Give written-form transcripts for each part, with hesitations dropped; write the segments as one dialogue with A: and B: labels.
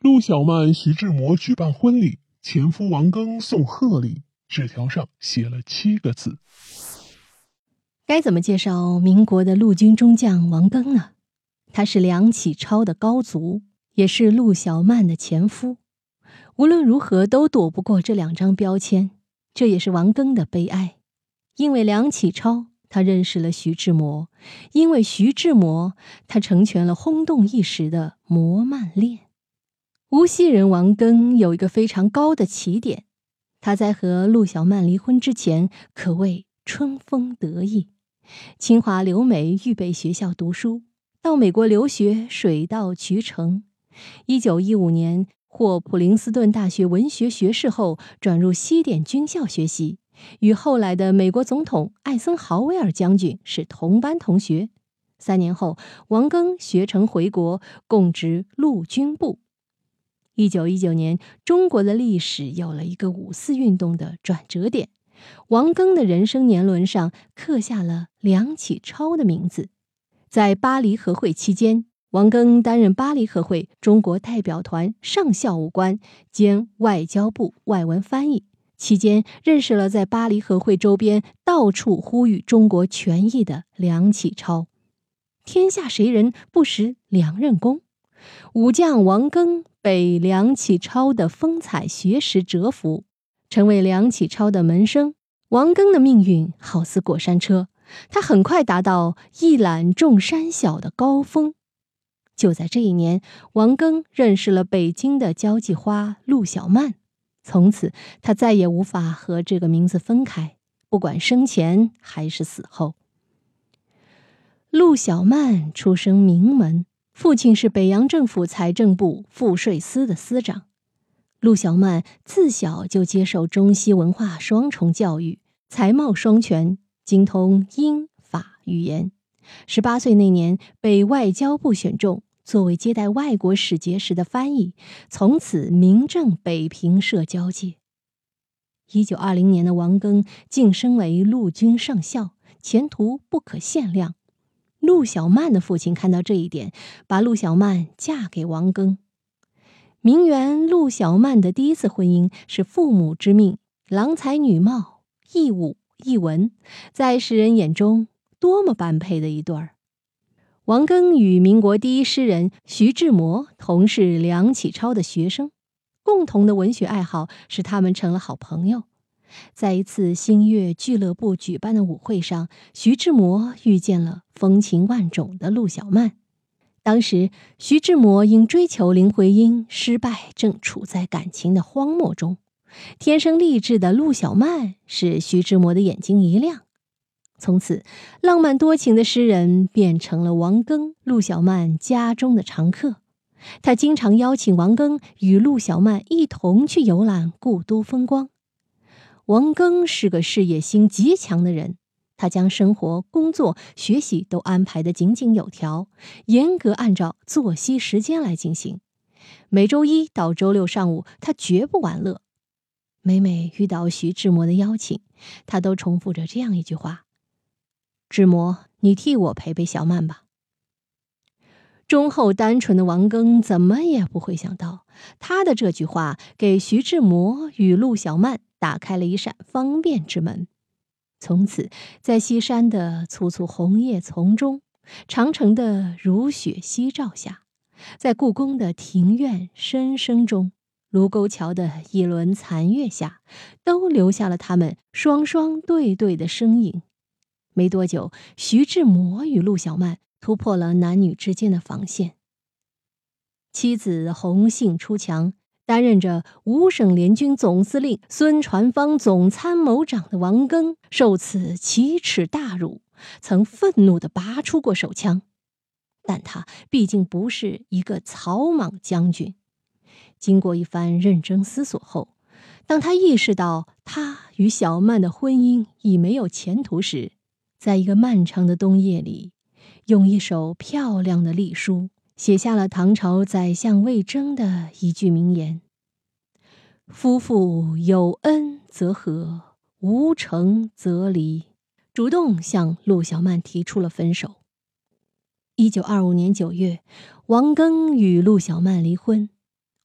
A: 陆小曼、徐志摩举办婚礼，前夫王庚送贺礼，纸条上写了7个字。
B: 该怎么介绍民国的陆军中将王庚呢？他是梁启超的高足，也是陆小曼的前夫。无论如何都躲不过这2张标签，这也是王庚的悲哀。因为梁启超，他认识了徐志摩；因为徐志摩，他成全了轰动一时的摩曼恋。无锡人王庚有一个非常高的起点，他在和陆小曼离婚之前可谓春风得意，清华留美预备学校读书，到美国留学水到渠成。1915年获普林斯顿大学文学学士后，转入西点军校学习，与后来的美国总统艾森豪威尔将军是同班同学。3年后，王庚学成回国，供职陆军部。1919年，中国的历史有了一个五四运动的转折点。王庚的人生年轮上刻下了梁启超的名字。在巴黎和会期间，王庚担任巴黎和会中国代表团上校务官兼外交部外文翻译，期间认识了在巴黎和会周边到处呼吁中国权益的梁启超。天下谁人不识梁任公？武将王庚被梁启超的风采学识折服，成为梁启超的门生。王庚的命运好似过山车，他很快达到一览众山小的高峰。就在这一年，王庚认识了北京的交际花陆小曼，从此他再也无法和这个名字分开，不管生前还是死后。陆小曼出生名门，父亲是北洋政府财政部赋税司的司长。陆小曼自小就接受中西文化双重教育，才貌双全，精通英法语言。18岁那年被外交部选中，作为接待外国使节时的翻译，从此名震北平社交界。1920年的王庚晋升为陆军上校，前途不可限量。陆小曼的父亲看到这一点，把陆小曼嫁给王庚。名媛陆小曼的第一次婚姻是父母之命，郎才女貌，一武一文，在世人眼中多么般配的一对儿。王庚与民国第一诗人徐志摩同是梁启超的学生，共同的文学爱好使他们成了好朋友。在一次新月俱乐部举办的舞会上，徐志摩遇见了风情万种的陆小曼。当时徐志摩因追求林徽因失败，正处在感情的荒漠中。天生丽质的陆小曼使徐志摩的眼睛一亮，从此浪漫多情的诗人变成了王庚、陆小曼家中的常客。他经常邀请王庚与陆小曼一同去游览故都风光。王庚是个事业心极强的人，他将生活、工作、学习都安排得井井有条，严格按照作息时间来进行。每周一到周六上午，他绝不玩乐。每每遇到徐志摩的邀请，他都重复着这样一句话：志摩，你替我陪陪小曼吧。忠厚单纯的王庚怎么也不会想到，他的这句话给徐志摩与陆小曼打开了一扇方便之门。从此，在西山的簇簇红叶丛中，长城的如雪夕照下，在故宫的庭院深声中，卢沟桥的一轮残月下，都留下了他们双双对对的身影。没多久，徐志摩与陆小曼突破了男女之间的防线。妻子洪杏出墙，担任着五省联军总司令孙传芳总参谋长的王庚受此奇耻大辱，曾愤怒地拔出过手枪。但他毕竟不是一个草莽将军。经过一番认真思索后，当他意识到他与小曼的婚姻已没有前途时，在一个漫长的冬夜里，用一首漂亮的隶书写下了唐朝宰相魏征的一句名言：夫妇有恩则和，无诚则离，主动向陆小曼提出了分手。1925年9月，王庚与陆小曼离婚。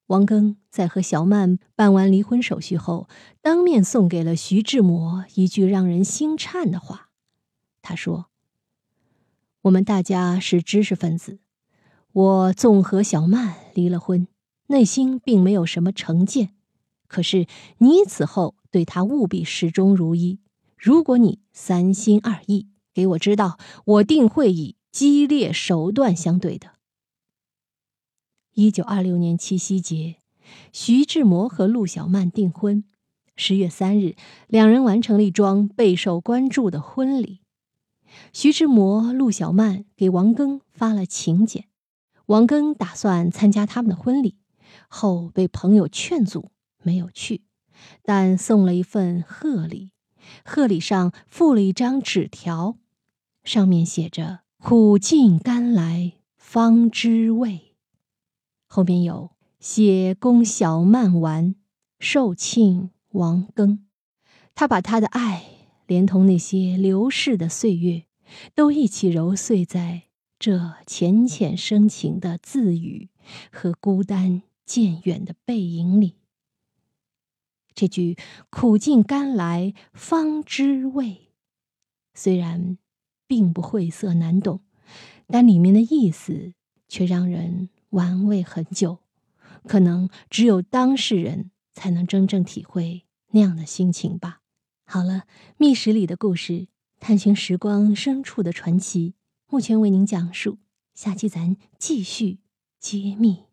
B: 王庚在和小曼办完离婚手续后，当面送给了徐志摩一句让人心颤的话。他说：“我们大家是知识分子，我纵和小曼离了婚，内心并没有什么成见。可是你此后对她务必始终如一。如果你三心二意，给我知道，我定会以激烈手段相对的。”1926年七夕节，徐志摩和陆小曼订婚。10月3日，两人完成了一桩备受关注的婚礼。徐志摩、陆小曼给王庚发了请柬，王庚打算参加他们的婚礼，后被朋友劝阻，没有去，但送了一份贺礼。贺礼上附了一张纸条，上面写着“苦尽甘来方知味”，后面有写供小曼玩，寿庆王庚。他把他的爱连同那些流逝的岁月都一起揉碎在这浅浅深情的字语和孤单渐远的背影里。这句苦尽甘来方知味，虽然并不晦涩难懂，但里面的意思却让人玩味很久，可能只有当事人才能真正体会那样的心情吧。好了，密室里的故事，探寻时光深处的传奇，目前为您讲述，下期咱继续揭秘。